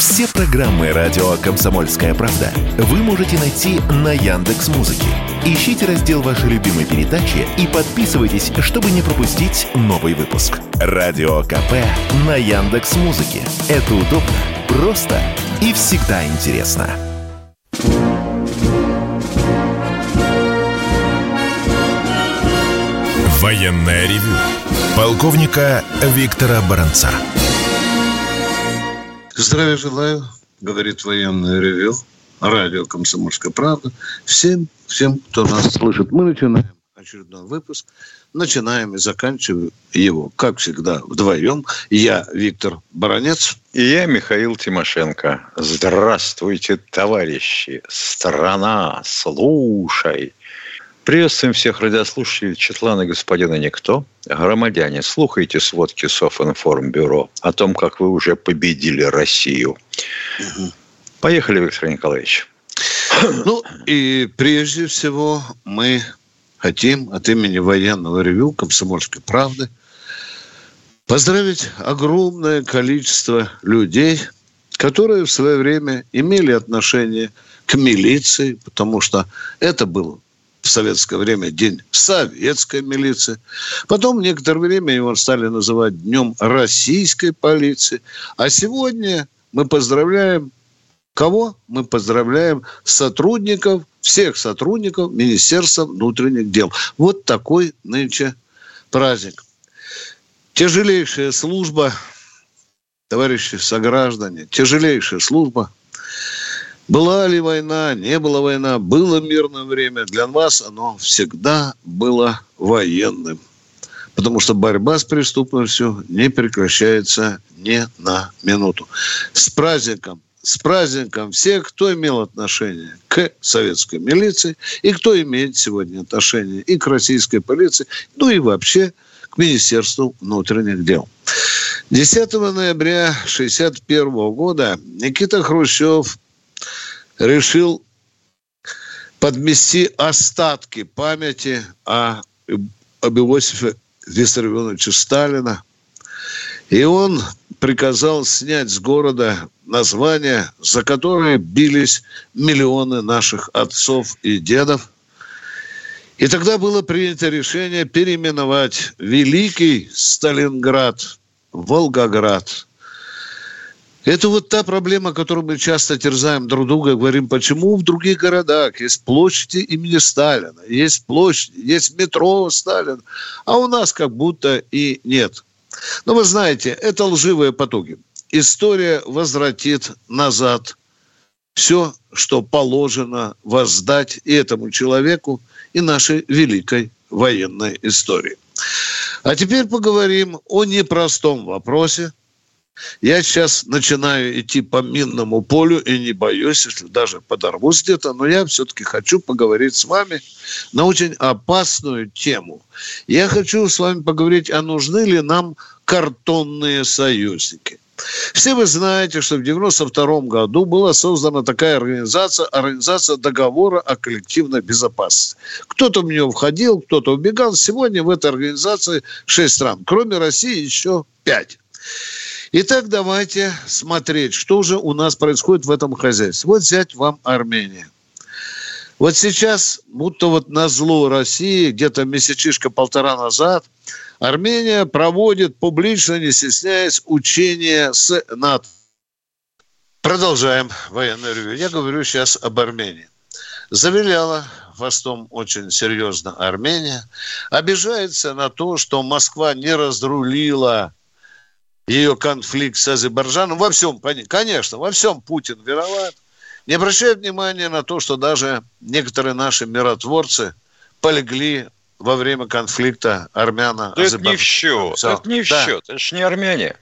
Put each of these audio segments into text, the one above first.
Все программы радио «Комсомольская правда» вы можете найти на Яндекс.Музыке. Ищите раздел вашей любимой передачи и подписывайтесь, чтобы не пропустить новый выпуск. Радио КП на Яндекс.Музыке. Это удобно, просто и всегда интересно. Военное ревю полковника Виктора Баранца. Здравия желаю, говорит Военное ревю, радио «Комсомольская правда». Всем, кто нас слышит. Мы начинаем очередной выпуск. Начинаем и заканчиваем его, как всегда, вдвоем. Я Виктор Баранец. И я Михаил Тимошенко. Здравствуйте, товарищи. Страна, слушай. Приветствуем всех радиослушателей Четлана господина Никто. Громадяне, слухайте сводки Софинформбюро о том, как вы уже победили Россию. Поехали, Виктор Николаевич. Ну, и прежде всего мы хотим от имени Военного ревю «Комсомольской правды» поздравить огромное количество людей, которые в свое время имели отношение к милиции, потому что это был в советское время день советской милиции. Потом некоторое время его стали называть Днем российской полиции. А сегодня мы поздравляем кого? Мы поздравляем сотрудников, всех сотрудников Министерства внутренних дел. Вот такой нынче праздник. Тяжелейшая служба, товарищи сограждане, тяжелейшая служба. Была ли война, не была война, было мирное время. Для вас оно всегда было военным. Потому что борьба с преступностью не прекращается ни на минуту. С праздником всех, кто имел отношение к советской милиции и кто имеет сегодня отношение и к российской полиции, ну и вообще к Министерству внутренних дел. 10 ноября 1961 года Никита Хрущев решил подмести остатки памяти об Иосифе Виссарионовиче Сталина. И он приказал снять с города название, за которое бились миллионы наших отцов и дедов. И тогда было принято решение переименовать Великий Сталинград в Волгоград. Это вот та проблема, которую мы часто терзаем друг друга, говорим, почему в других городах есть площади имени Сталина, есть площади, есть метро Сталина, а у нас как будто и нет. Но вы знаете, это лживые потуги. История возвратит назад все, что положено воздать и этому человеку, и нашей великой военной истории. А теперь поговорим о непростом вопросе. Я сейчас начинаю идти по минному полю и не боюсь, если даже подорвусь где-то, но я все-таки хочу поговорить с вами на очень опасную тему. Я хочу с вами поговорить, а нужны ли нам картонные союзники. Все вы знаете, что в 1992 году была создана такая организация договора о коллективной безопасности. Кто-то в нее входил, кто-то убегал. Сегодня в этой организации 6 стран, кроме России еще 5. Итак, давайте смотреть, что же у нас происходит в этом хозяйстве. Вот взять вам Армения. Вот сейчас, будто вот назло России, где-то месячишка-полтора назад, Армения проводит публично, не стесняясь, учения с НАТО. Продолжаем военное ревью. Я говорю сейчас об Армении. Завиляла хвостом очень серьезно Армения. Обижается на то, что Москва не разрулила ее конфликт с Азербайджаном. Во всем, конечно, во всем Путин виноват. Не обращает внимания на то, что даже некоторые наши миротворцы полегли во время конфликта армяно-азербайджанского. Это не в счет. Это не в счет. Это же не армяне.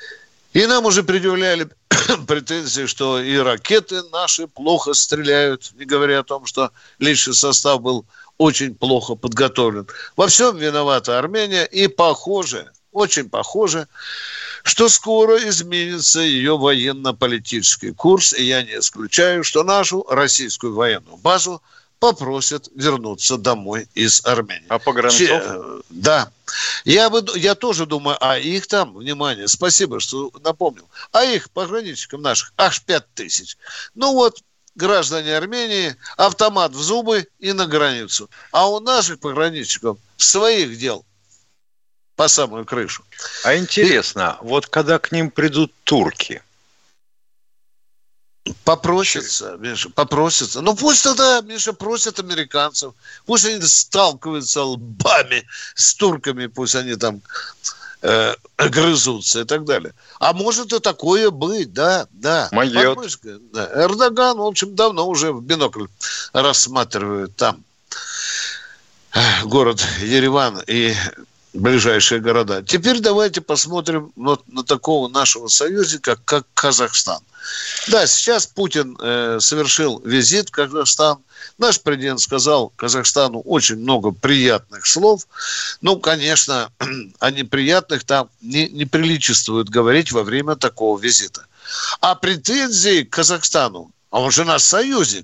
И нам уже предъявляли претензии, что и ракеты наши плохо стреляют, не говоря о том, что личный состав был очень плохо подготовлен. Во всем виновата Армения, и похоже, очень похоже, что скоро изменится ее военно-политический курс, и я не исключаю, что нашу российскую военную базу попросят вернуться домой из Армении. А погранцов? Да. Я тоже думаю, их там, внимание, спасибо, что напомнил, их пограничников наших аж 5000. Ну вот, граждане Армении, автомат в зубы и на границу. А у наших пограничников своих дел по самую крышу. А интересно, вот когда к ним придут турки? Попросятся, Миша, попросятся. Ну пусть тогда, Миша, просят американцев. Пусть они сталкиваются лбами с турками, пусть они там грызутся и так далее. А может и такое быть, да. Майот. Да. Эрдоган, в общем, давно уже в бинокль рассматривает там город Ереван и ближайшие города. Теперь давайте посмотрим на такого нашего союзника, как Казахстан. Да, сейчас Путин совершил визит в Казахстан. Наш президент сказал Казахстану очень много приятных слов. Ну, конечно, о неприятных там не приличествует говорить во время такого визита. А претензии к Казахстану, он же наш союзник,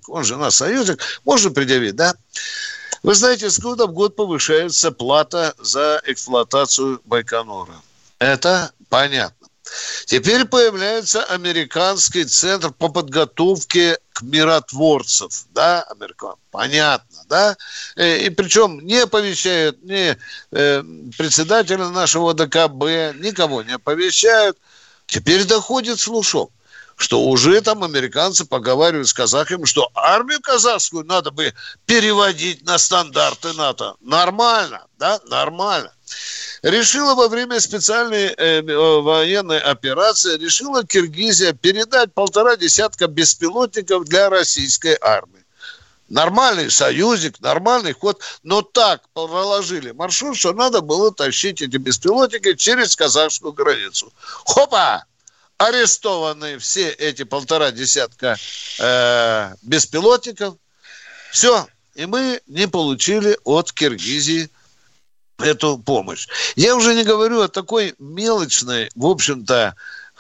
можно предъявить, да? Вы знаете, с года в год повышается плата за эксплуатацию Байконура. Это понятно. Теперь появляется американский центр по подготовке к миротворцев. Да, понятно, да? И причем не оповещают ни председателя нашего ДКБ, никого не оповещают. Теперь доходит слушок, что уже там американцы поговаривают с казахами, что армию казахскую надо бы переводить на стандарты НАТО. Нормально, да? Нормально. Решила во время специальной военной операции, решила Киргизия передать 1,5 десятка беспилотников для российской армии. Нормальный союзник, нормальный ход, но так проложили маршрут, что надо было тащить эти беспилотники через казахскую границу. Хопа! Арестованы все эти 1,5 десятка беспилотников. Все. И мы не получили от Киргизии эту помощь. Я уже не говорю о такой мелочной, в общем-то,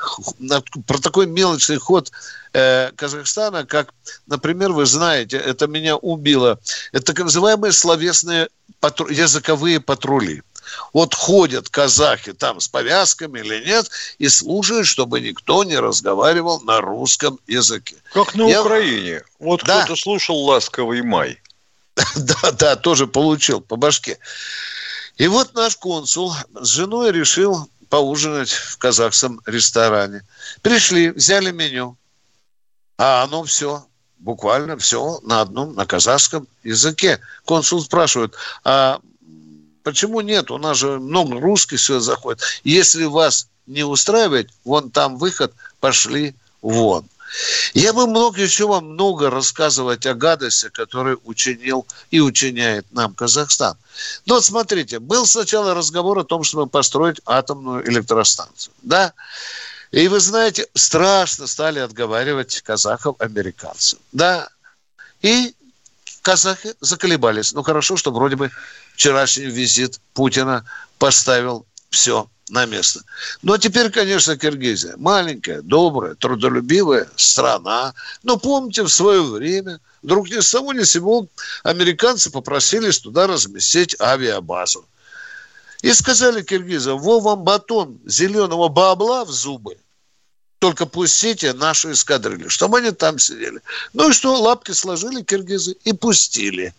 про такой мелочный ход Казахстана, как, например, вы знаете, это меня убило, это так называемые словесные языковые патрули. Вот ходят казахи там с повязками или нет и слушают, чтобы никто не разговаривал на русском языке. Как на Украине. Вот да. Кто-то слушал «Ласковый май». Да, тоже получил по башке. И вот наш консул с женой решил поужинать в казахском ресторане. Пришли, взяли меню. А оно все, буквально все на казахском языке. Консул спрашивает, а почему нет? У нас же много русских сюда заходит. Если вас не устраивает, вон там выход, пошли вон. Я бы мог еще вам много рассказывать о гадости, которые учинил и учиняет нам Казахстан. Но вот смотрите, был сначала разговор о том, чтобы построить атомную электростанцию. Да? И вы знаете, страшно стали отговаривать казахов американцам. Да? И казахи заколебались. Ну, хорошо, что вроде бы вчерашний визит Путина поставил все на место. Но теперь, конечно, Киргизия маленькая, добрая, трудолюбивая страна. Но помните, в свое время вдруг ни с того ни с сего американцы попросились туда разместить авиабазу. И сказали киргизам, во вам батон зеленого бабла в зубы, только пустите нашу эскадрилью, чтобы они там сидели. Ну и что, лапки сложили киргизы и пустили.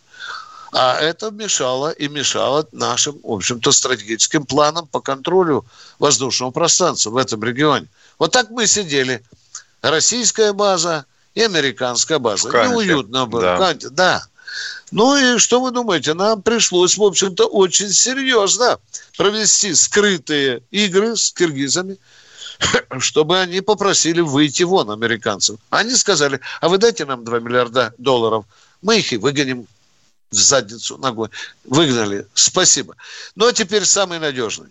А это мешало нашим, в общем-то, стратегическим планам по контролю воздушного пространства в этом регионе. Вот так мы сидели. Российская база и американская база. Неуютно было. Да. Ну и что вы думаете? Нам пришлось, в общем-то, очень серьезно провести скрытые игры с киргизами, чтобы они попросили выйти вон американцев. Они сказали, а вы дайте нам $2 миллиарда, мы их и выгоним в задницу ногой. Выгнали. Спасибо. Ну, а теперь самый надежный.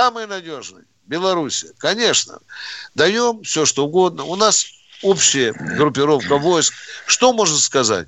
Белоруссия. Конечно. Даем все, что угодно. У нас общая группировка войск. Что можно сказать?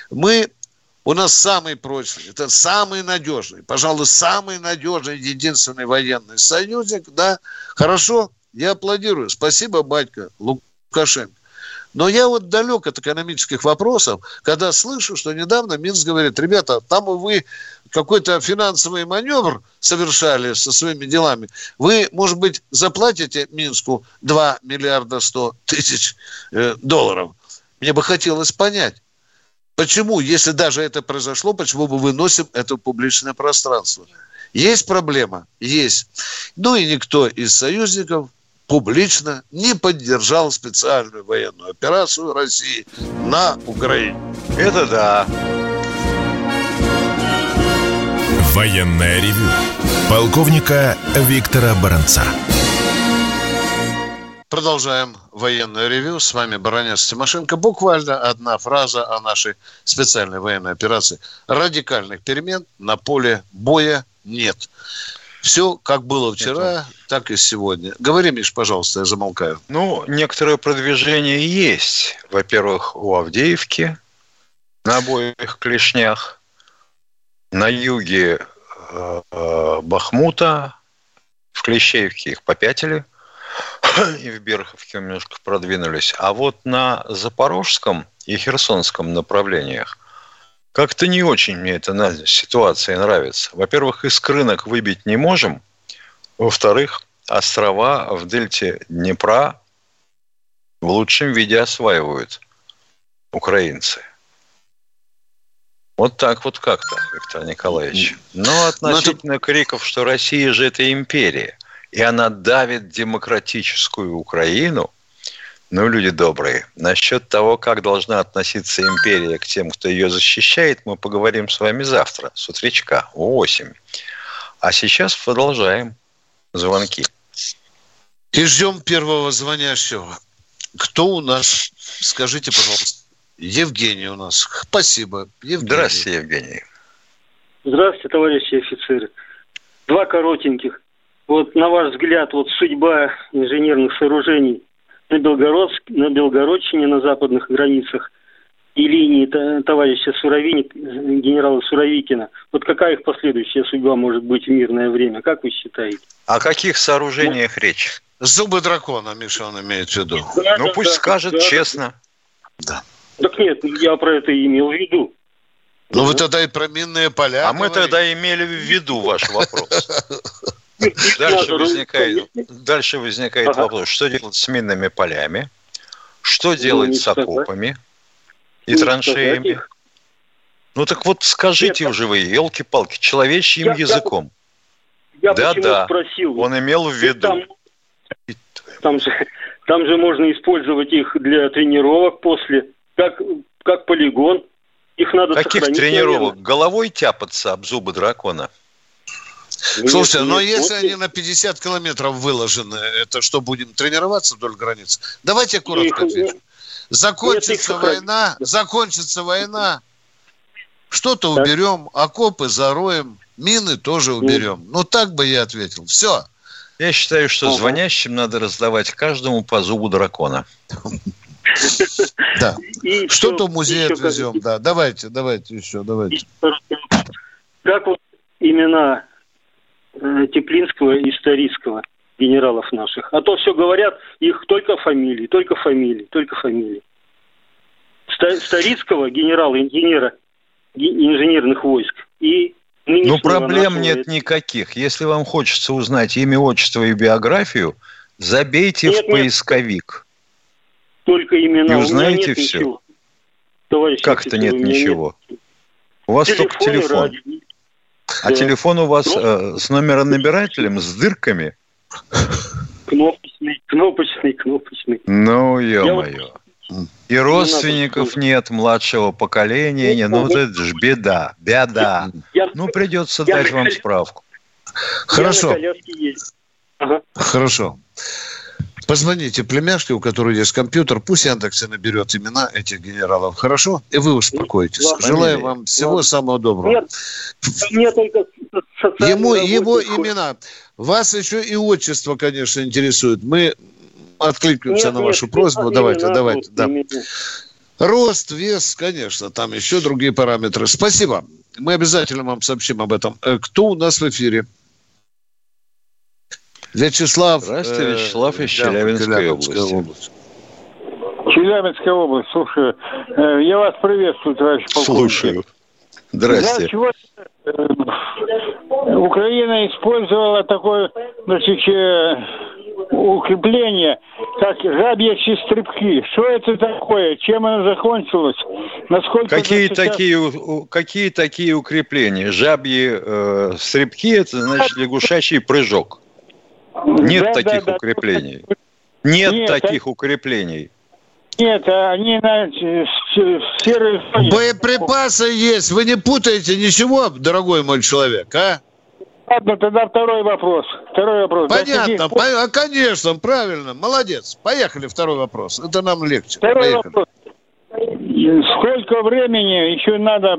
У нас самый прочный, это самый надежный, пожалуй, самый надежный, единственный военный союзник. Да, хорошо, я аплодирую. Спасибо, батька Лукашенко. Но я вот далек от экономических вопросов, когда слышу, что недавно Минск говорит: ребята, там вы какой-то финансовый маневр совершали со своими делами. Вы, может быть, заплатите Минску 2 миллиарда 100 тысяч долларов. Мне бы хотелось понять, почему, если даже это произошло, почему мы выносим это в публичное пространство. Есть проблема? Есть. Ну и никто из союзников публично не поддержал специальную военную операцию России на Украине. Это да. Военное ревю полковника Виктора Баранца. Продолжаем военное ревю. С вами Баранец, Тимошенко. Буквально одна фраза о нашей специальной военной операции. Радикальных перемен на поле боя нет. Все, как было вчера, так и сегодня. Говори, Миш, пожалуйста, я замолкаю. Ну, некоторое продвижение есть. Во-первых, у Авдеевки на обоих клешнях. На юге Бахмута, в Клещеевке их попятили, и в Берховке немножко продвинулись. А вот на Запорожском и Херсонском направлениях как-то не очень мне эта ситуация нравится. Во-первых, из рынок выбить не можем. Во-вторых, острова в дельте Днепра в лучшем виде осваивают украинцы. Вот так вот как-то, Виктор Николаевич. Но относительно криков, что Россия же это империя, и она давит демократическую Украину, ну, люди добрые, насчет того, как должна относиться империя к тем, кто ее защищает, мы поговорим с вами завтра, с утречка, в 8. А сейчас продолжаем звонки. И ждем первого звонящего. Кто у нас? Скажите, пожалуйста. Евгений у нас. Спасибо. Евгений. Здравствуйте, Евгений. Здравствуйте, товарищи офицеры. Два коротеньких. Вот на ваш взгляд, вот судьба инженерных сооружений на Белгородчине, на западных границах и линии товарища генерала Суровикина. Вот какая их последующая судьба может быть в мирное время? Как вы считаете? О каких сооружениях речь? Зубы дракона, Миша, он имеет в виду. Да, ну, пусть скажет честно. Да. Так нет, я про это и имел в виду. Ну, вы тогда и про минные поля А мы тогда имели в виду ваш вопрос. Дальше возникает вопрос, что делать с минными полями, что делать с окопами и траншеями. Ну, так вот скажите уже вы, елки-палки, человечьим языком. Да-да, он имел в виду. Там же можно использовать их для тренировок после, как полигон. Их надо каких сохранить, тренировок? наверное. Головой тяпаться об зубы дракона? Слушайте, но если они на 50 километров выложены, это что, будем тренироваться вдоль границ? Давайте я коротко отвечу. Закончится война, что-то уберем, окопы зароем, мины тоже уберем. Ну, так бы я ответил. Все. Я считаю, что звонящим надо раздавать каждому по зубу дракона. Да. Что-то в музей отвезем. Да, давайте еще. Как вот имена Теплинского и Старицкого, генералов наших? А то все говорят, их только фамилии. Старицкого, генерала-инженера инженерных войск, и ну, проблем нет никаких. Если вам хочется узнать имя, отчество и биографию, забейте в поисковик. Только имена. И узнаете все. Как это нет ничего? У вас только телефон. А телефон у вас с номеронабирателем, с дырками? Кнопочный. Ну, ё-моё. И родственников нет, младшего поколения нет. Ну, вот это же беда. Ну, придется дать вам справку. Хорошо. Хорошо. Позвоните племяшке, у которой есть компьютер, пусть в Яндексе наберет имена этих генералов. Хорошо? И вы успокойтесь. Желаю вам всего самого доброго. Нет, только его имена. Вас еще и отчество, конечно, интересует. Мы откликнемся на вашу просьбу. Давайте. Да. Рост, вес, конечно, там еще другие параметры. Спасибо. Мы обязательно вам сообщим об этом. Кто у нас в эфире? Вячеслав. Здравствуйте, Вячеслав из Челябинской области. Челябинская область. Слушаю. Я вас приветствую, товарищ полковник. Слушаю. Здрасте. Украина использовала такое, укрепление, как жабьи стрибки. Что это такое? Чем оно закончилось? Насколько Какие такие укрепления? Жабьи стрибки – это значит лягушачий прыжок. Нет таких укреплений. Нет таких укреплений. Нет, они на серой зоне. Боеприпасы есть. Вы не путаете ничего, дорогой мой человек, а? Ладно, тогда второй вопрос. Понятно. Конечно, правильно. Молодец. Поехали, второй вопрос. Это нам легче. Второй вопрос. Сколько времени еще надо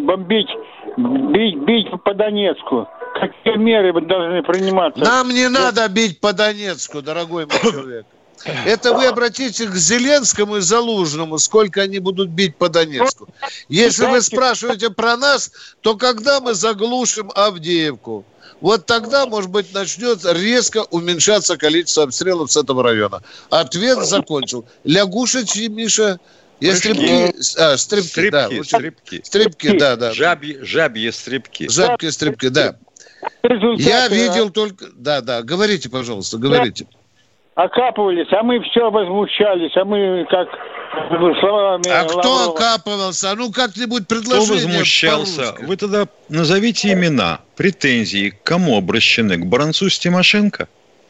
бить по Донецку? Какие меры должны приниматься? Нам не надо бить по Донецку, дорогой мой человек. Это вы обратитесь к Зеленскому и Залужному, сколько они будут бить по Донецку. Если вы спрашиваете про нас, то когда мы заглушим Авдеевку? Вот тогда, может быть, начнет резко уменьшаться количество обстрелов с этого района. Ответ закончил. Лягушечьи, Миша, стрибки. Стрибки, да. Жабьи стрибки. Жабьи стрибки, да. Я видел только... Да, говорите, пожалуйста, говорите. Окапывались, а мы все возмущались, а мы как словами... А кто окапывался? Ну, как-нибудь предложение. Кто возмущался? По-русски. Вы тогда назовите имена, претензии, к кому обращены? К Баранцу с Тимошенко?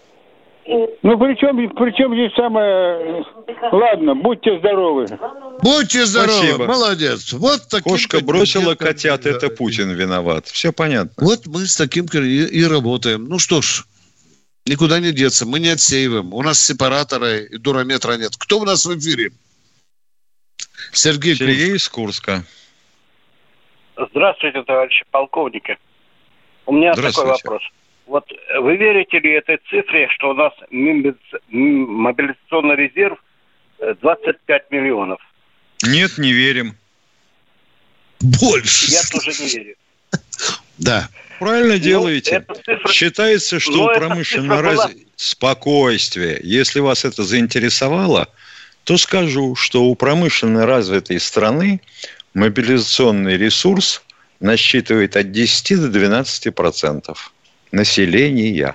Ну, причем здесь самое... Ладно, будьте здоровы. Будьте здоровы, спасибо. Молодец. Вот таким кошка бросила котят, это Путин виноват. Все понятно. Вот мы с таким и работаем. Ну что ж, никуда не деться, мы не отсеиваем. У нас сепаратора и дурометра нет. Кто у нас в эфире? Сергей из Курска. Здравствуйте, товарищи полковники. У меня такой вопрос. Вот вы верите ли этой цифре, что у нас мобилизационный резерв 25 миллионов? Нет, не верим. Больше. Я тоже не верю. Да. Правильно делаете. Считается, что у промышленного спокойствие. Если вас это заинтересовало, то скажу, что у промышленно развитой страны мобилизационный ресурс насчитывает от 10 до 12% населения.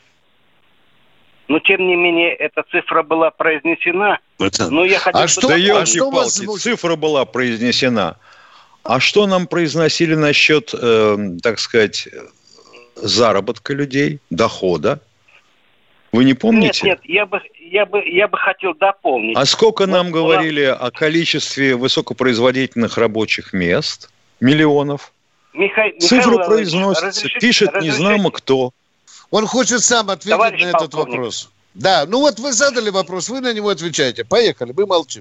Но, тем не менее, эта цифра была произнесена. Но я хотел... Да елки-палки, цифра была произнесена. А что нам произносили насчет, так сказать, заработка людей, дохода? Вы не помните? Нет, я бы хотел дополнить. А сколько нам говорили о количестве высокопроизводительных рабочих мест? Миллионов. Цифры произносятся, пишет незнамо кто. Он хочет сам ответить на этот вопрос. Да, ну вот вы задали вопрос, вы на него отвечаете. Поехали, мы молчим.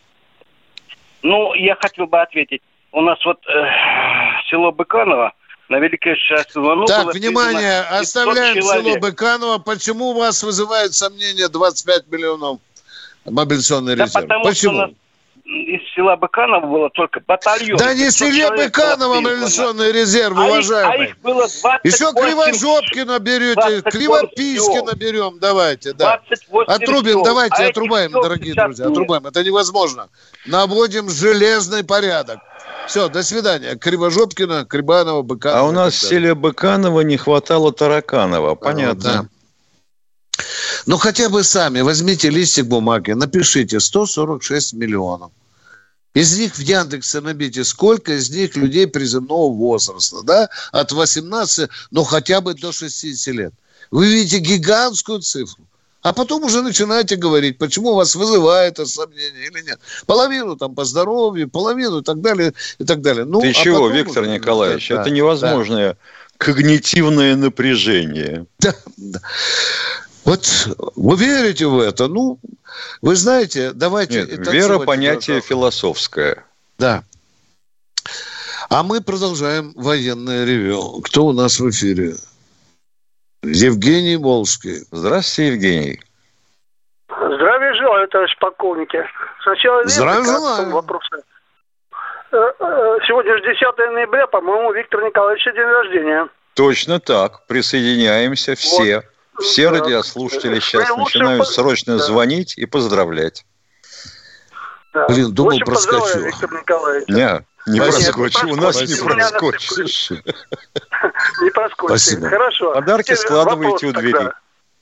Ну, я хотел бы ответить. У нас вот село Быканово на Великой Шашлыну... Так, внимание, оставляем село Быканово. Почему у вас вызывает сомнение 25 миллионов мобилизационный резерв? Почему? Из села Быканово было только батальон. Да не в селе Быканово мобилизационный резерв, уважаемый. Их было 28... Еще Кривожопкино берете, Кривопискино берем, давайте, да. Отрубим, давайте отрубаем, дорогие друзья, отрубаем. Это невозможно. Наводим железный порядок. Все, до свидания. Кривожопкино, Крибаново, Быканово. А у нас в селе Быканово не хватало Тараканова, понятно. Да. Ну, хотя бы сами возьмите листик бумаги, напишите 146 миллионов. Из них в Яндексе набейте, сколько из них людей призывного возраста, да, от 18, ну, хотя бы до 60 лет. Вы видите гигантскую цифру. А потом уже начинаете говорить, почему у вас вызывает это сомнение или нет. Половину там по здоровью, половину и так далее, и так далее. Ну, ты чего, Виктор Николаевич, это невозможное когнитивное напряжение. Да. Вот вы верите в это? Ну, вы знаете, давайте... Нет, вера – понятие философское. Да. А мы продолжаем военное ревью. Кто у нас в эфире? Евгений Волжский. Здравствуйте, Евгений. Здравия желаю, товарищ полковники. Сначала здравия желаю. Вопросы. Сегодня же 10 ноября, по-моему, Виктор Николаевич день рождения. Точно так. Присоединяемся все. Вот. Все радиослушатели сейчас начинают срочно звонить и поздравлять. Да. Блин, думал, В общем, проскочу. поздравляю, Виктор Николаевич. Не проскочи. У нас не Спасибо. проскочишь. Не проскочите. Спасибо. Хорошо. Подарки Теперь складывайте вопрос у двери. тогда.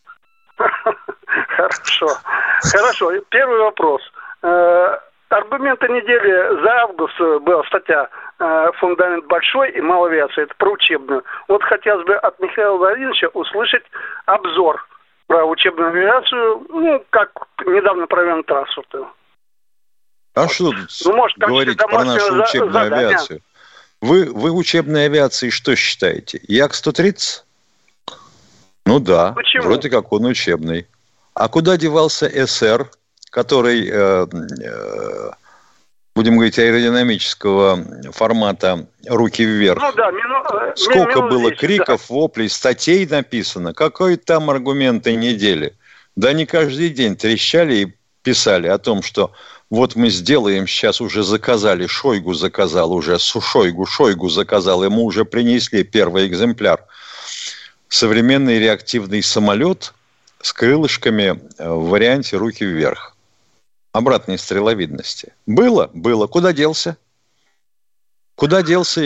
Хорошо. Первый вопрос. Аргументы недели за август была статья «Фундамент большой и мало авиации». Это про учебную. Вот хотелось бы от Михаила Владимировича услышать обзор про учебную авиацию, ну, как недавно проведен транспорт. А что тут Ну, может, говорить как-то про нашу домашнее учебную задание. авиацию? Вы учебной авиацией что считаете? Як-130? Ну да, Почему? вроде как он учебный. А куда девался СР, который, будем говорить, аэродинамического формата «руки вверх»? Ну да, Сколько было 10, криков, воплей, статей написано. Какой там аргументы недели? Да не каждый день трещали и писали о том, что вот мы сделаем, сейчас уже заказали, Шойгу заказал уже, Шойгу заказал, ему уже принесли первый экземпляр. Современный реактивный самолет с крылышками в варианте «руки вверх». Обратной стреловидности. Было. Куда делся? Куда делся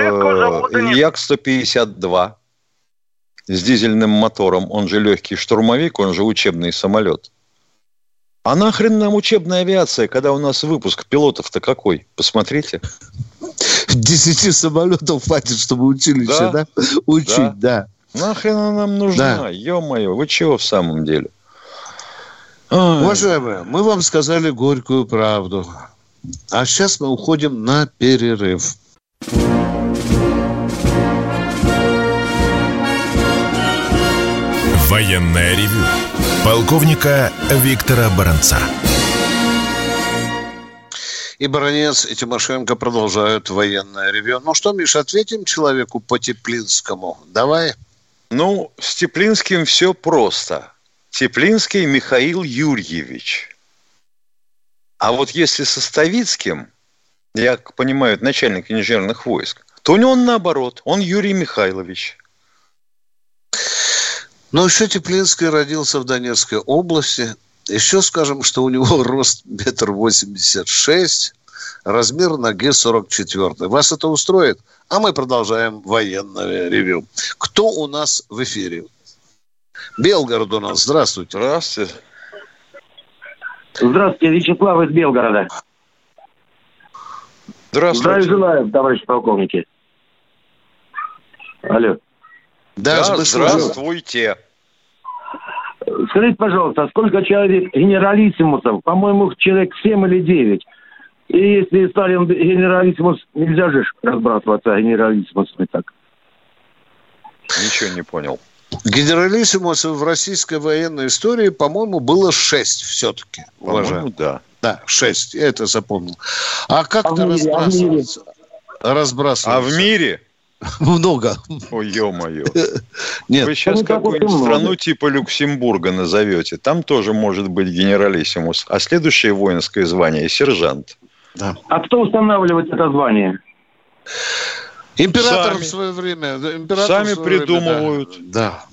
Як-152 с дизельным мотором, он же легкий штурмовик, он же учебный самолет? А нахрен нам учебная авиация, когда у нас выпуск пилотов-то какой? Посмотрите. 10 самолетов хватит, чтобы училище, да? Учить, да. Нахрен она нам нужна? Да. Ё-моё, вы чего в самом деле? Уважаемые, мы вам сказали горькую правду. А сейчас мы уходим на перерыв. Военное ревю полковника Виктора Баранца. И Баранец, и Тимошенко продолжают военное ревью. Ну что, Миша, ответим человеку по Теплинскому? Давай. Ну, с Теплинским все просто. Теплинский Михаил Юрьевич. А вот если со Ставицким, я понимаю, это начальник инженерных войск, то у него наоборот, он Юрий Михайлович. Но еще Теплинский родился в Донецкой области. Еще скажем, что у него рост 1,86 м, размер ноги 44. Вас это устроит? А мы продолжаем военное ревью. Кто у нас в эфире? Белгород у нас. Здравствуйте. Здравствуйте. Здравствуйте, Вячеслав из Белгорода. Здравствуйте. Здравия желаю, товарищи полковники. Алло. Да, здравствуйте. Скажите, пожалуйста, сколько человек генералиссимусов? По-моему, человек 7 или 9. И если Сталин генералиссимус, нельзя же разбрасываться генералиссимусами так. Ничего не понял. Генералиссимусов в российской военной истории, по-моему, было 6 все-таки. По-моему, да. Да, 6. Я это запомнил. А как-то разбрасываться. А в мире? Много. Ой, ё-моё. Нет. Вы сейчас какую-нибудь страну типа Люксембурга назовете. Там тоже может быть генералиссимус. А следующее воинское звание – сержант. Да. А кто устанавливает это звание? Император Сами. в свое время. Сами придумывают. Да.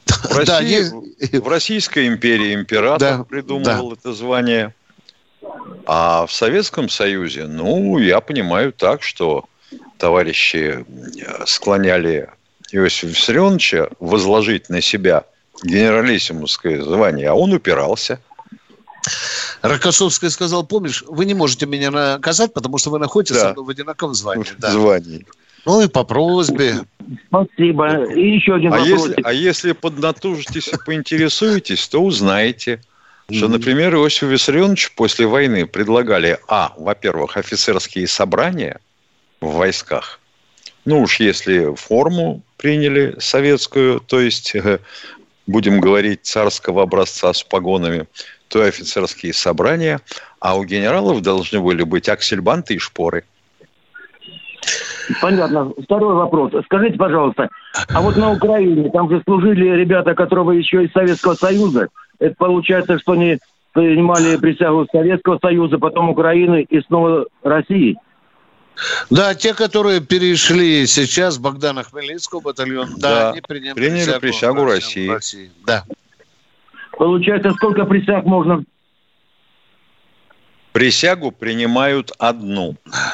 В Российской империи император придумывал это звание. А в Советском Союзе, я понимаю так, что товарищи склоняли Иосифа Виссарионовича возложить на себя генералиссимусское звание, а он упирался. Рокоссовский сказал, помнишь, вы не можете меня наказать, потому что вы находитесь со мной в одинаковом звании. Звании. Ну и по просьбе. Спасибо. И еще один вопрос. Если поднатужитесь и поинтересуетесь, то узнаете, что, например, Иосифу Виссарионовичу после войны предлагали, во-первых, офицерские собрания в войсках. Если форму приняли советскую, то есть, будем говорить, царского образца с погонами, то и офицерские собрания, а у генералов должны были быть аксельбанты и шпоры. Понятно. Второй вопрос. Скажите, пожалуйста, а вот на Украине, там же служили ребята, которые еще из Советского Союза. Это получается, что они принимали присягу Советского Союза, потом Украины и снова России? Да, те, которые перешли сейчас в Богдана Хмельницкого батальон, они приняли присягу России. Да. Получается, сколько присяг можно? Присягу принимают одну.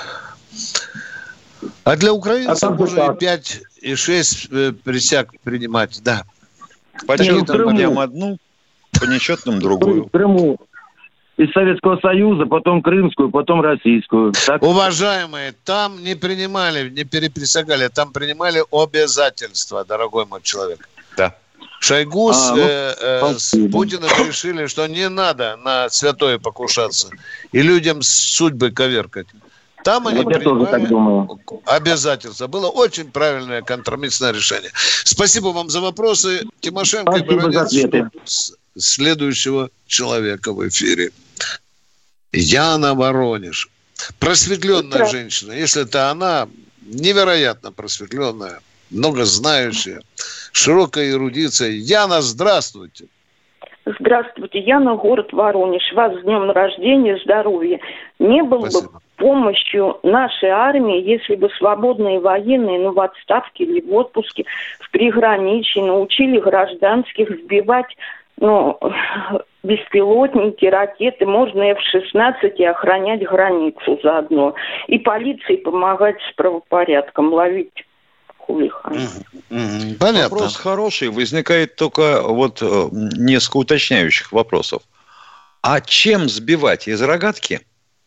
А для украинцев можно и 5, и 6 присяг принимать, да. По четным одну, по нечетным другую. В Крыму из Советского Союза, потом крымскую, потом российскую. Так? Уважаемые, там не принимали, не переприсягали, там принимали обязательства, дорогой мой человек. Да. Шойгу с Путиным решили, что не надо на святое покушаться и людям судьбы коверкать. Там они принимали обязательства. Было очень правильное компромиссное решение. Спасибо вам за вопросы. Тимошенко и Баранец ждут следующего человека в эфире. Яна Воронеж. Просветленная женщина. Если это она, невероятно просветленная, многознающая, широкая эрудиция. Яна, здравствуйте. Здравствуйте, Яна, город Воронеж. Вас с днем рождения, здоровья. Не было бы помощью нашей армии, если бы свободные военные, в отставке или в отпуске, в приграничье научили гражданских сбивать, беспилотники, ракеты, можно F-16 и охранять границу заодно. И полиции помогать с правопорядком, ловить хулиганов. Понятно. Вопрос хороший. Возникает только несколько уточняющих вопросов. А чем сбивать? Из рогатки?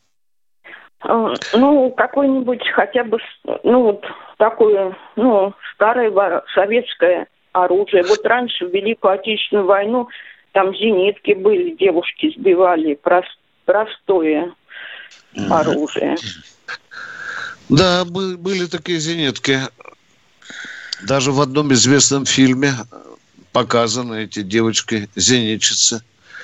Какой-нибудь хотя бы, такое, старое советское оружие. Вот раньше, в Великую Отечественную войну, там зенитки были, девушки сбивали, простое оружие. Да, были такие зенитки. Даже в одном известном фильме показаны эти девочки-зенитчицы.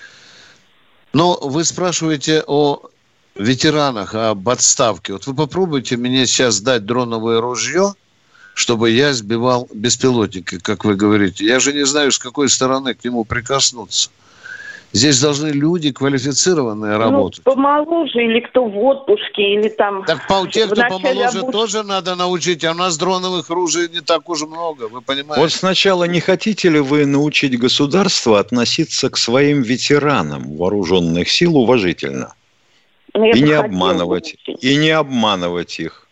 Но вы спрашиваете о ветеранах, об отставке. Вот вы попробуйте мне сейчас дать дроновое ружье, чтобы я сбивал беспилотники, как вы говорите. Я же не знаю, с какой стороны к нему прикоснуться. Здесь должны люди квалифицированные работать. Помоложе или кто в отпуске, или там... Так тех, кто помоложе, тоже надо научить. А у нас дроновых ружей не так уж много, вы понимаете? Вот сначала не хотите ли вы научить государство относиться к своим ветеранам вооруженных сил уважительно? И не обманывать их.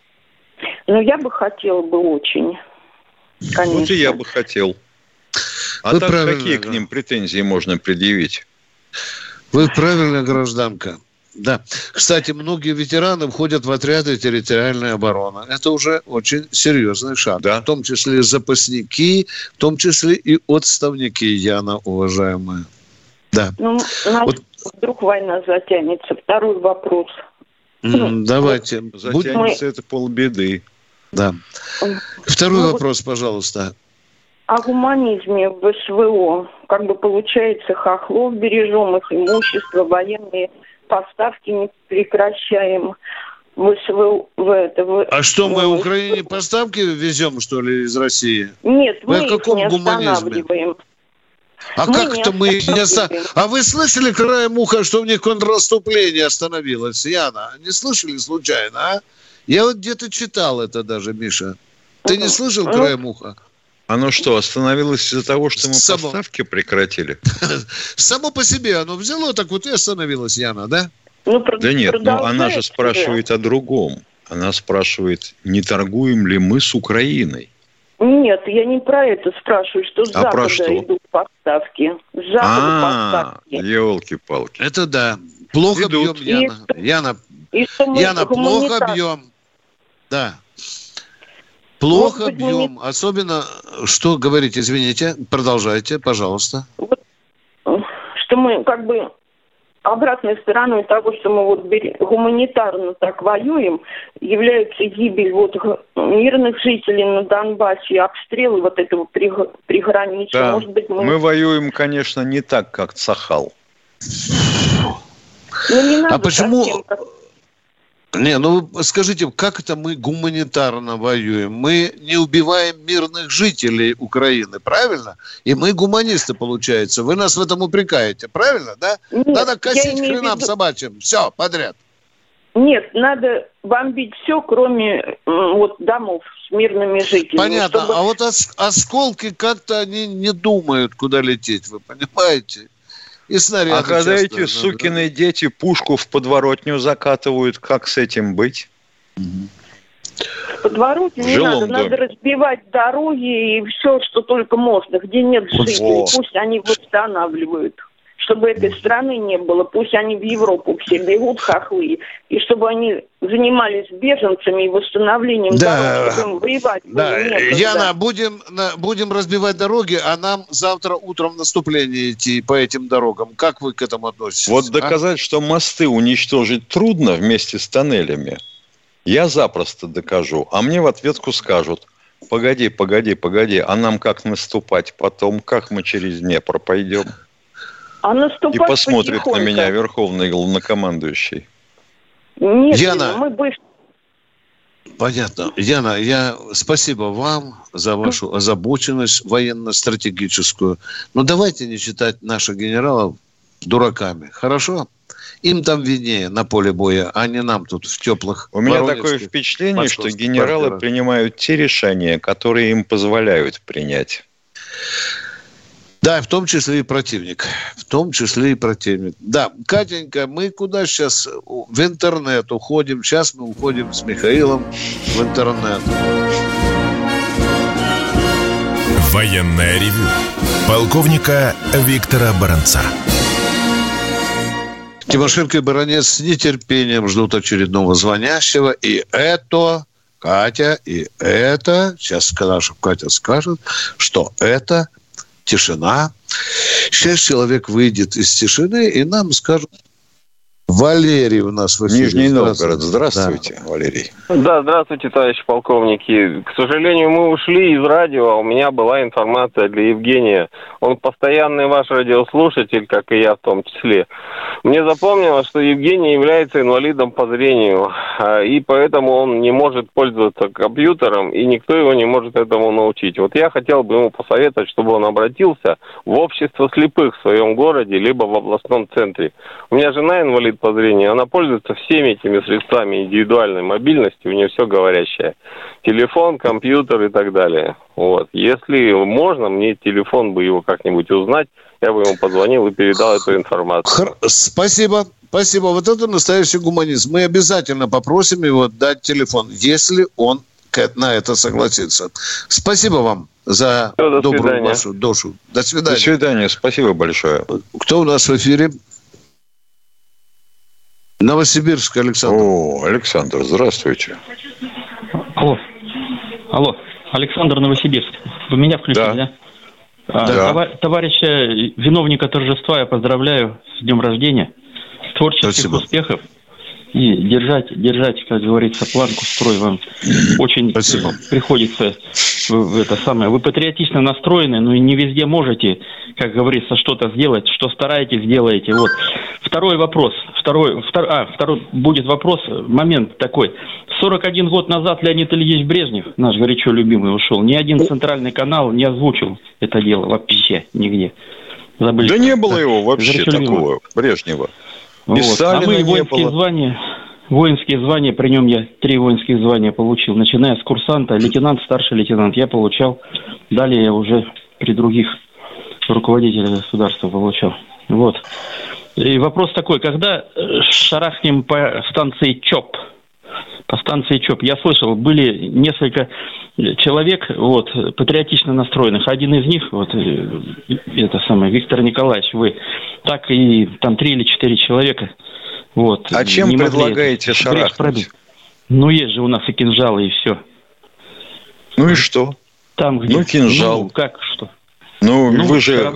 Я бы хотела очень. Конечно. Вот и я бы хотел. А так какие к ним претензии можно предъявить? Вы правильная гражданка. Да. Кстати, многие ветераны входят в отряды территориальной обороны. Это уже очень серьезный шаг. Да. В том числе запасники, в том числе и отставники, Яна, уважаемая. Да. Вдруг война затянется. Второй вопрос. Давайте. Затянется это полбеды. Да. Второй вопрос, пожалуйста. О гуманизме в СВО. Получается, хохлов бережем, их имущество, военные поставки не прекращаем. В СВО, а что, мы Украине поставки везем, что ли, из России? Нет, мы их не останавливаем. А как это мы их не останавливаем? А вы слышали краем уха, что у них контрнаступление остановилось, Яна? Не слышали случайно, а? Я где-то читал это даже, Миша. Ты не слышал краем уха? Оно что, остановилось из-за того, что мы поставки прекратили? Само по себе оно взяло, так вот и остановилось, Яна, да? Да нет, она же спрашивает о другом. Она спрашивает, не торгуем ли мы с Украиной? Нет, я не про это спрашиваю, что с Запада идут поставки. С Запада поставки. Елки-палки. Это да. Плохо бьем, Яна. Яна, плохо бьем. Да. Плохо бьем. Особенно, что говорите, извините, продолжайте, пожалуйста. Что мы обратной стороной того, что мы гуманитарно так воюем, является гибель мирных жителей на Донбассе, обстрелы этого приграничья. Да. Может быть, мы воюем, конечно, не так, как Цахал. Не надо почему... скажите, как это мы гуманитарно воюем? Мы не убиваем мирных жителей Украины, правильно? И мы гуманисты, получается. Вы нас в этом упрекаете, правильно, да? Нет, надо косить хренам собачьим. Все, подряд. Нет, надо бомбить все, кроме домов с мирными жителями. Понятно. А вот осколки как-то они не думают, куда лететь, вы понимаете? И снаряды. А когда часто, эти сукины дети пушку в подворотню закатывают, как с этим быть? Подворотню не надо, надо разбивать дороги и все, что только можно. Где нет жителей, пусть они восстанавливают. Чтобы этой страны не было, пусть они в Европу все бегут, хохлы, и чтобы они занимались беженцами и восстановлением дорог, чтобы им воевать было некогда. Яна, будем разбивать дороги, а нам завтра утром в наступление идти по этим дорогам. Как вы к этому относитесь? Вот доказать, что мосты уничтожить трудно вместе с тоннелями, я запросто докажу. А мне в ответку скажут: погоди, а нам как наступать потом? Как мы через Днепр пойдем? И посмотрит на меня верховный главнокомандующий. Нет, Яна, мы быстро... Понятно. Яна, спасибо вам за вашу озабоченность военно-стратегическую. Но давайте не считать наших генералов дураками. Хорошо? Им там виднее на поле боя, а не нам тут в теплых... У меня такое впечатление, что генералы принимают те решения, которые им позволяют принять. Да, в том числе и противник. Да, Катенька, мы куда сейчас? В интернет уходим. Сейчас мы уходим с Михаилом в интернет. Военное ревю полковника Виктора Баранца. Тимошенко и Баранец с нетерпением ждут очередного звонящего. И это, Катя, сейчас наша Катя скажет, что это тишина. 6 человек выйдет из тишины, и нам скажут... Валерий у нас в эфире. Нижний Новгород. Здравствуйте, да. Валерий. Да, здравствуйте, товарищи полковники. К сожалению, мы ушли из радио, а у меня была информация для Евгения. Он постоянный ваш радиослушатель, как и я в том числе. Мне запомнилось, что Евгений является инвалидом по зрению, и поэтому он не может пользоваться компьютером, и никто его не может этому научить. Вот я хотел бы ему посоветовать, чтобы он обратился в общество слепых в своем городе, либо в областном центре. У меня жена инвалид по зрению, она пользуется всеми этими средствами индивидуальной мобильности, у нее все говорящее. Телефон, компьютер и так далее. Вот. Если можно, мне телефон бы его как-нибудь узнать, я бы ему позвонил и передал эту информацию. Спасибо. Вот это настоящий гуманизм. Мы обязательно попросим его дать телефон, если он на это согласится. Спасибо вам за добрую вашу душу. До свидания. До свидания. Спасибо большое. Кто у нас в эфире? Новосибирск, Александр. О, Александр, здравствуйте. Алло, Александр, Новосибирск. Вы меня включили, да? Да. Товарища виновника торжества я поздравляю с днем рождения. Творческих успехов. И держать, как говорится, планку строй вам очень приходится это самое. Вы патриотично настроены, но и не везде можете, как говорится, что-то сделать, что стараетесь, делаете. Вот. Второй вопрос. Второй будет вопрос, момент такой. 41 год назад Леонид Ильич Брежнев, наш горячо любимый, ушел. Ни один центральный канал не озвучил это дело вообще нигде. Забыли. Да не было его вообще такого, Брежнева. И Сталина не было. Воинские звания, при нем я 3 воинских звания получил. Начиная с курсанта, лейтенант, старший лейтенант я получал. Далее я уже при других руководителях государства получал. Вот. И вопрос такой, когда шарахнем по станции ЧОП? Я слышал, были несколько человек, патриотично настроенных. Один из них, Виктор Николаевич, вы, так и там 3 или 4 человека. Вот. А чем предлагаете шарахнуть? Ну, есть же у нас и кинжалы, и все. Ну и что? Там, где... кинжал. Ну, как что? Вы же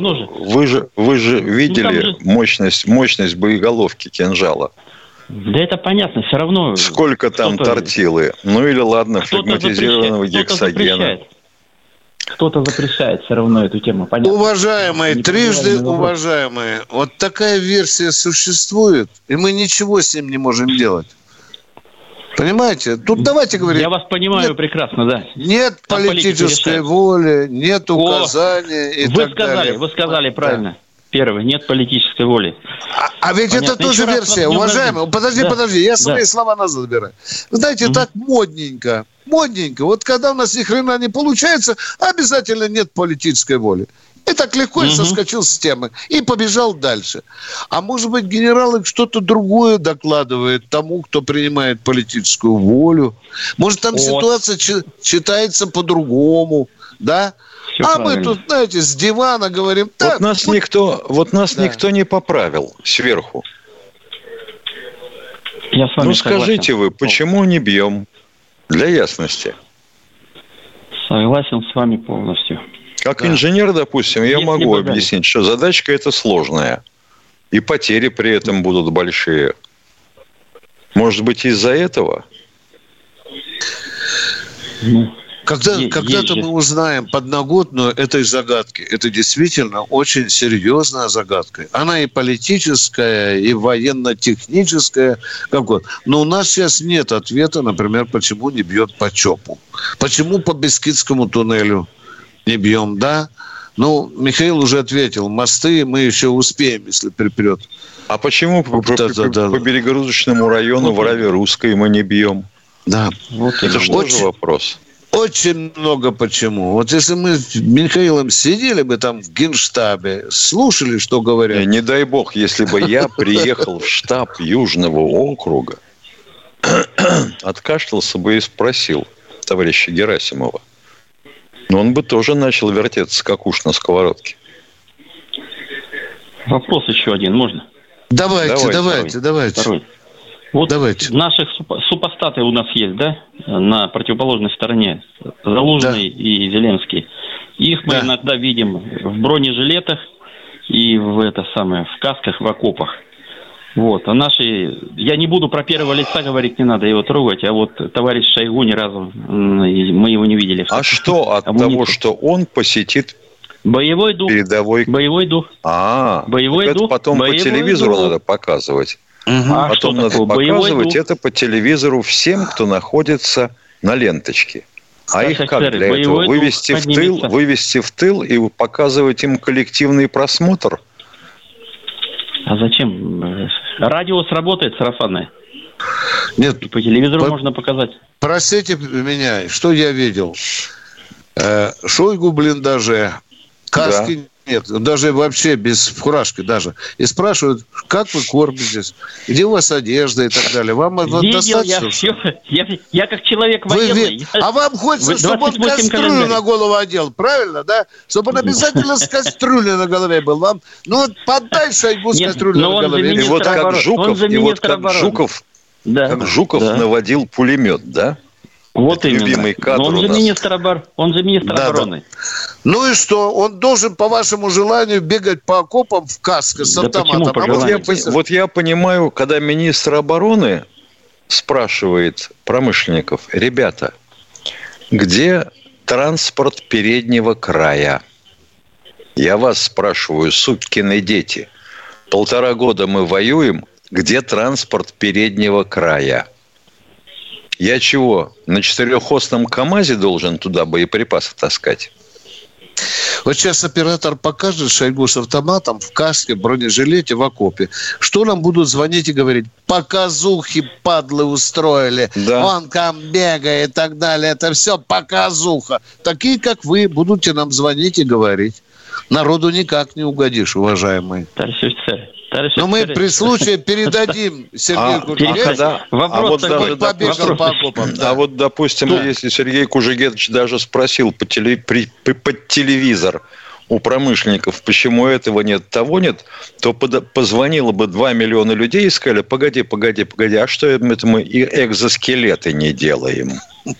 видели мощность боеголовки кинжала? Да это понятно, все равно... Сколько там тортилы? Ну или ладно, флегматизированного гексогена. Кто-то запрещает все равно эту тему, понятно. Уважаемые, трижды уважаемые, вот такая версия существует, и мы ничего с ним не можем делать. Понимаете? Тут давайте говорить... Я вас понимаю прекрасно, да. Нет политической воли, нет указания и так далее. Вы сказали правильно. Первое, нет политической воли. А ведь понятно. Это тоже версия. Уважаемые, подожди, я свои слова назад забираю. Знаете, так модненько. Вот когда у нас ни хрена не получается, обязательно нет политической воли. И так легко я соскочил с темы и побежал дальше. А может быть, генералы что-то другое докладывают тому, кто принимает политическую волю. Может, там ситуация читается по-другому, да? Все правильно. Мы тут, знаете, с дивана говорим... Так, нас никто не поправил сверху. Я с вами скажите вы, почему не бьем? Для ясности. Согласен с вами полностью. Как инженер, допустим, я могу объяснить, что задачка эта сложная. И потери при этом будут большие. Может быть, из-за этого? Когда-то мы узнаем подноготную этой загадки. Это действительно очень серьезная загадка. Она и политическая, и военно-техническая. Но у нас сейчас нет ответа, например, почему не бьет по ЧОПу. Почему по Бескидскому туннелю не бьем, да? Михаил уже ответил. Мосты мы еще успеем, если припрет. А почему по Белогородочному району в Раве-Русской мы не бьем? Да. Это что же вопрос? Очень много почему. Вот если мы с Михаилом сидели бы там в Генштабе, слушали, что говорят. Не дай бог, если бы я приехал в штаб Южного округа, откашлялся бы и спросил товарища Герасимова. Но он бы тоже начал вертеться, как уж на сковородке. Вопрос еще один, можно? Давайте. Второй. Давайте. Наших супостаты у нас есть, да? На противоположной стороне. Залужный и Зеленский. Их мы иногда видим в бронежилетах и в касках, в окопах. А наши... Я не буду про первого лица говорить, не надо его трогать, а товарищ Шойгу ни разу мы его не видели. А что от того, что он посетит боевой дух? Боевой дух. Боевой дух. Это потом по телевизору надо показывать. Потом надо показывать это по телевизору всем, кто находится на ленточке. А их как для этого? Вывести в тыл и показывать им коллективный просмотр? А зачем? Радио сработает, сарафанное. Нет. И по телевизору можно показать. Простите меня, что я видел? Шойгу в блиндаже, каски нет, даже вообще без фуражки даже. И спрашивают, как вы кормитесь, где у вас одежда и так далее. Вам достаточно? Я как человек военный. А вам хочется, чтобы он кастрюлю на голову одел, правильно, да? Чтобы он обязательно с кастрюлей на голове был. Вам, подай Шойгу с кастрюлей на голове. И вот как Жуков, наводил пулемет, да? Вот именно. Любимый кадр он же министр обороны. Ну и что? Он должен, по вашему желанию, бегать по окопам в каске с автоматом. Вот я понимаю, когда министр обороны спрашивает промышленников: ребята, где транспорт переднего края? Я вас спрашиваю, сукины дети. 1,5 года мы воюем, где транспорт переднего края? Я чего, на 4-осном КАМАЗе должен туда боеприпасы таскать? Вот сейчас оператор покажет Шойгу с автоматом в каске, в бронежилете, в окопе. Что нам будут звонить и говорить? Показухи, падлы, устроили. Да. Он там бегает и так далее. Это все показуха. Такие, как вы, будете нам звонить и говорить. Народу никак не угодишь, уважаемые. Товарищ офицер. Но мы при случае передадим Сергею Кужегетовичу. Побегал по окопам. А вот, допустим, если Сергей Кужегетович даже спросил под телевизор у промышленников, почему этого нет, того нет, то позвонило бы 2 миллиона людей и сказали: погоди, а что это мы и экзоскелеты не делаем?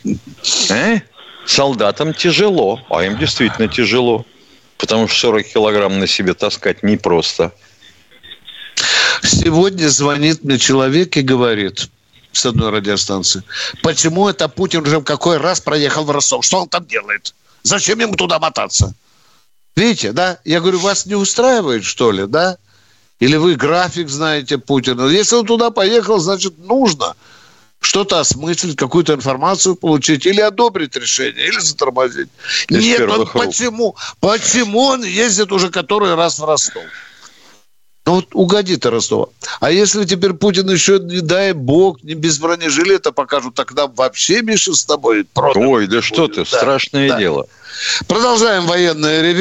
Солдатам тяжело, а им действительно тяжело, потому что 40 килограмм на себе таскать непросто. Сегодня звонит мне человек и говорит с одной радиостанции: почему это Путин уже в какой раз проехал в Ростов? Что он там делает? Зачем ему туда мотаться? Видите, да? Я говорю, вас не устраивает, что ли, да? Или вы график знаете Путина? Если он туда поехал, значит, нужно что-то осмыслить, какую-то информацию получить, или одобрить решение, или затормозить. Нет, почему? Почему он ездит уже который раз в Ростов? Угоди-то Ростова. А если теперь Путин еще, не дай бог, не без бронежилета покажут, тогда вообще, Миша, с тобой Ой, да что ты, страшное дело. Продолжаем военное ревю.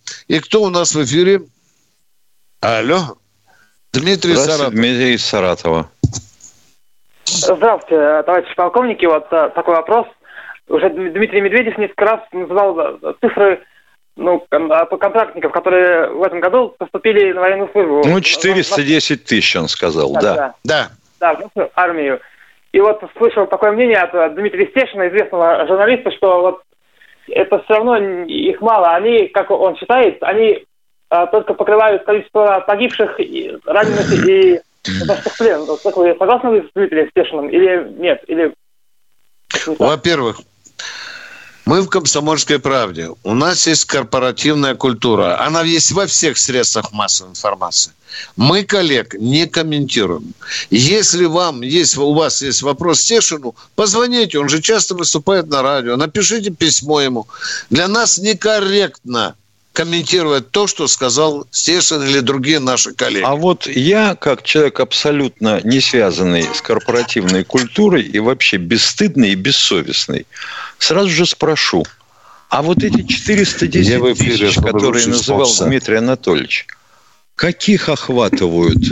И кто у нас в эфире? Алло. Дмитрий Саратов. Дмитрий из Саратова. Здравствуйте, товарищи полковники. Вот такой вопрос. Уже Дмитрий Медведев несколько раз называл цифры контрактников, которые в этом году поступили на военную службу. 410 тысяч, он сказал, да. Да, в армию. И вот слышал такое мнение от Дмитрия Стешина, известного журналиста, что вот это все равно их мало. Они, как он считает, они только покрывают количество погибших, раненых и в плен. Согласны вы с Дмитрием Стешиным или нет? Или... Во-первых, мы в «Комсомольской правде». У нас есть корпоративная культура. Она есть во всех средствах массовой информации. Мы коллег не комментируем. Если у вас есть вопрос Стешину, позвоните. Он же часто выступает на радио. Напишите письмо ему. Для нас некорректно комментировать то, что сказал Стешин или другие наши коллеги. А вот я, как человек абсолютно не связанный с корпоративной культурой и вообще бесстыдный и бессовестный, сразу же спрошу, а вот эти 410 тысяч, которые называл Дмитрий Анатольевич, каких охватывают,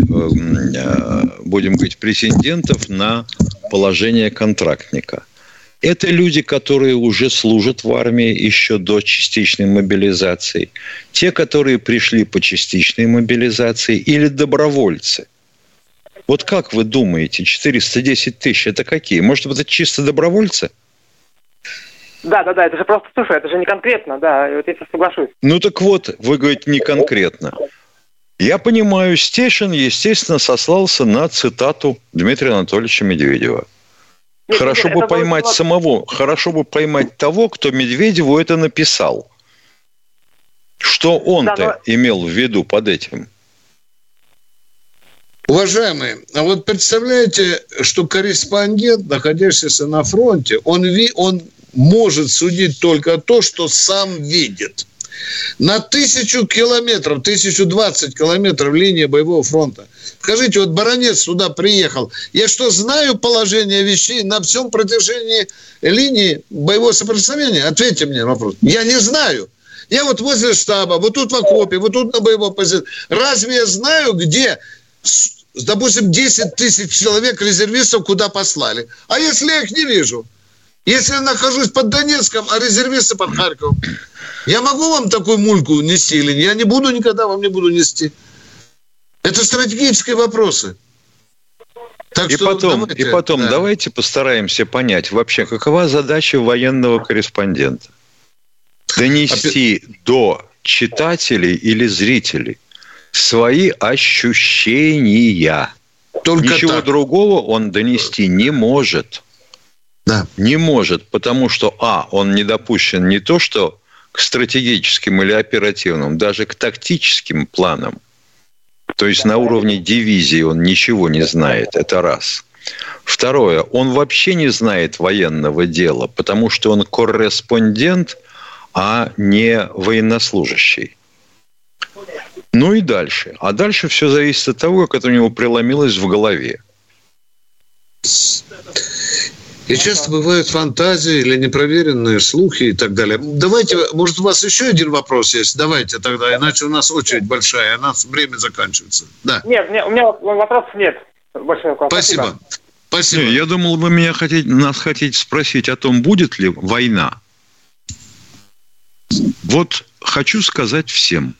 будем говорить, претендентов на положение контрактника? Это люди, которые уже служат в армии еще до частичной мобилизации. Те, которые пришли по частичной мобилизации, или добровольцы. Вот как вы думаете, 410 тысяч – это какие? Может быть, это чисто добровольцы? Да, это же просто цифра, это же не конкретно, да, вот я соглашусь. Ну так вот, вы говорите не конкретно. Я понимаю, Стешин, естественно, сослался на цитату Дмитрия Анатольевича Медведева. Хорошо бы поймать того, кто Медведеву это написал. Что он-то имел в виду под этим? Уважаемые, а вот представляете, что корреспондент, находящийся на фронте, он может судить только то, что сам видит. На 1000 километров, 1020 километров линии боевого фронта. Скажите, вот баронец сюда приехал. Я что, знаю положение вещей на всем протяжении линии боевого соприкосновения? Ответьте мне на вопрос. Я не знаю. Я вот возле штаба, вот тут в окопе, вот тут на боевой позиции. Разве я знаю, где, допустим, 10 тысяч человек резервистов куда послали? А если я их не вижу? Если я нахожусь под Донецком, а резервисты под Харьковом, я могу вам такую мульку нести или нет? Я не буду никогда вам не буду нести. Это стратегические вопросы. Так давайте постараемся понять вообще, какова задача военного корреспондента. Донести до читателей или зрителей свои ощущения. Ничего другого он донести не может. Да. Не может, потому что, он не допущен не то, что к стратегическим или оперативным, даже к тактическим планам. То есть на уровне дивизии он ничего не знает, это раз. Второе, он вообще не знает военного дела, потому что он корреспондент, а не военнослужащий. Ну и дальше. А дальше все зависит от того, как это у него преломилось в голове. И часто бывают фантазии или непроверенные слухи и так далее. Давайте, может, у вас еще один вопрос есть? Давайте тогда, иначе у нас очередь большая, у нас время заканчивается. Да. Нет, у меня вопросов нет. Больше Спасибо. Не, я думал, вы нас хотите спросить о том, будет ли война. Вот хочу сказать всем.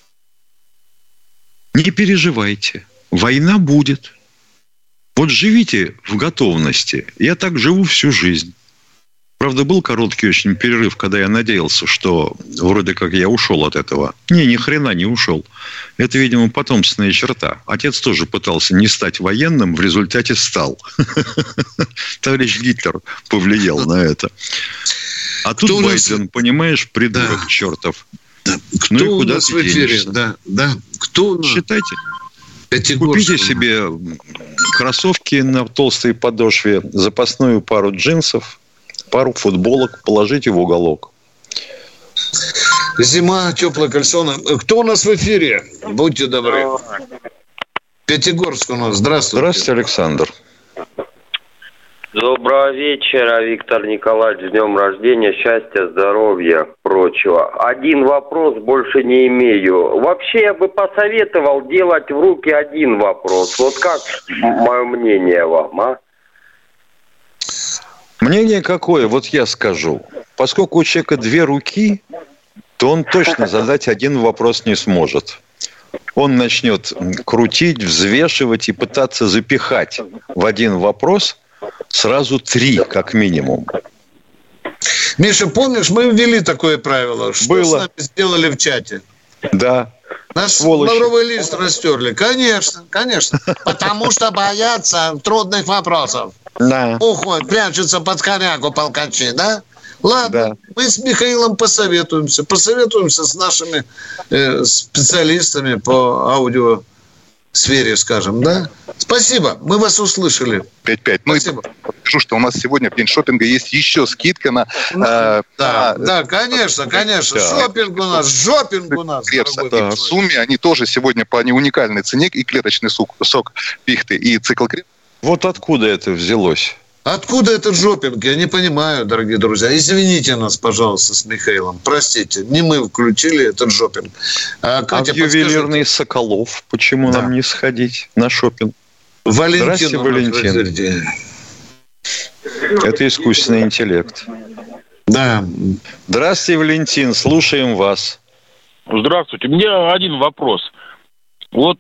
Не переживайте. Война будет. Вот живите в готовности. Я так живу всю жизнь. Правда, был короткий очень перерыв, когда я надеялся, что вроде как я ушел от этого. Ни хрена не ушел. Это, видимо, потомственная черта. Отец тоже пытался не стать военным, в результате стал. Товарищ Гитлер повлиял на это. А тут Байден, понимаешь, придурок чертов. Кто у нас в эфире? Да. Кто? Считайте. Купите себе кроссовки на толстой подошве, запасную пару джинсов, пару футболок, положите в уголок. Зима, теплое кальсоны. Кто у нас в эфире? Будьте добры. Пятигорск у нас. Здравствуйте. Здравствуйте, Александр. Доброго вечера, Виктор Николаевич. С днем рождения, счастья, здоровья. прочего. Один вопрос, больше не имею. Вообще я бы посоветовал делать в руки один вопрос. Вот как мое мнение вам, а? Мнение какое? Вот я скажу. Поскольку у человека 2 руки, то он точно задать один вопрос не сможет. Он начнет крутить, взвешивать и пытаться запихать в один вопрос сразу 3, как минимум. Миша, помнишь, мы ввели такое правило? Что было. С нами сделали в чате? Да. Наш лавровый лист растерли. Конечно, конечно. Потому что боятся трудных вопросов. Да. Уходят, прячутся под корягу полкачи, да? Ладно, да. Мы с Михаилом посоветуемся с нашими специалистами по аудиосфере, скажем, да? Спасибо, мы вас услышали. 5-5. Ну, скажу, что у нас сегодня в день шопинга есть еще скидка на... Да, конечно. Шопинг у нас. В сумме они тоже сегодня по неуникальной цене, и клеточный сок пихты, и цикл крем. Вот откуда это взялось? Откуда этот шопинг? Я не понимаю, дорогие друзья. Извините нас, пожалуйста, с Михаилом. Простите, не мы включили этот шопинг. Катя, в ювелирный Соколов почему нам не сходить на шопинг? Валентин. Валентин. Это искусственный интеллект. Да. Здравствуйте, Валентин, слушаем вас. Здравствуйте. У меня один вопрос. Вот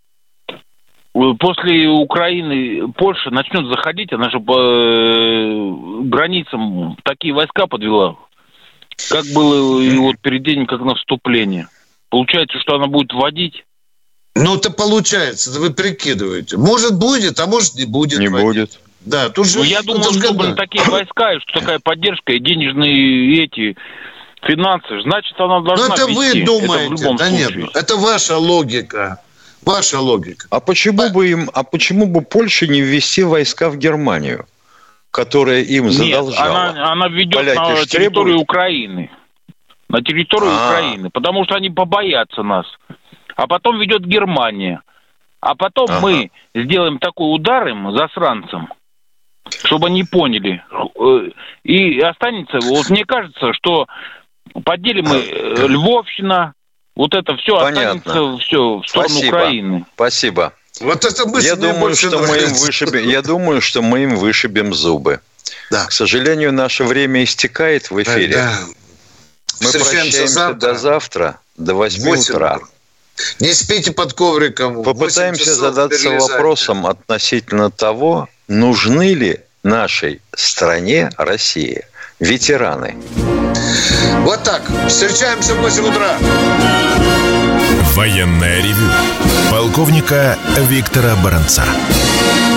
после Украины Польша начнет заходить, она же по границам такие войска подвела, как было и вот перед тем, как на вступление. Получается, что она будет вводить? Ну, это получается, вы прикидываете. Может, будет, а может, не будет. Не будет. Да, тут же... я думаю, что были такие войска, и что такая поддержка, и денежные эти финансы, значит, она должна вести. Ну, это вы думаете. Это нет, это ваша логика. Ваша логика. А почему бы Польше не ввести войска в Германию, которая им задолжала? Нет, она ведет на территорию Украины. На территорию Украины. Потому что они побоятся нас. А потом ведет Германия. А потом мы сделаем такой удар им, засранцам, чтобы они поняли. И останется, вот мне кажется, что поделим мы Львовщина, вот это все останется все в сторону Украины. Спасибо. Вот это я думаю, что мы им вышибем зубы. Да. К сожалению, наше время истекает в эфире. Да. Мы прощаемся до завтра, до 8 утра. Не спите под ковриком. Попытаемся задаться вопросом относительно того, нужны ли нашей стране, России, ветераны. Вот так. Встречаемся в 8 утра. Военное ревю полковника Виктора Баранца.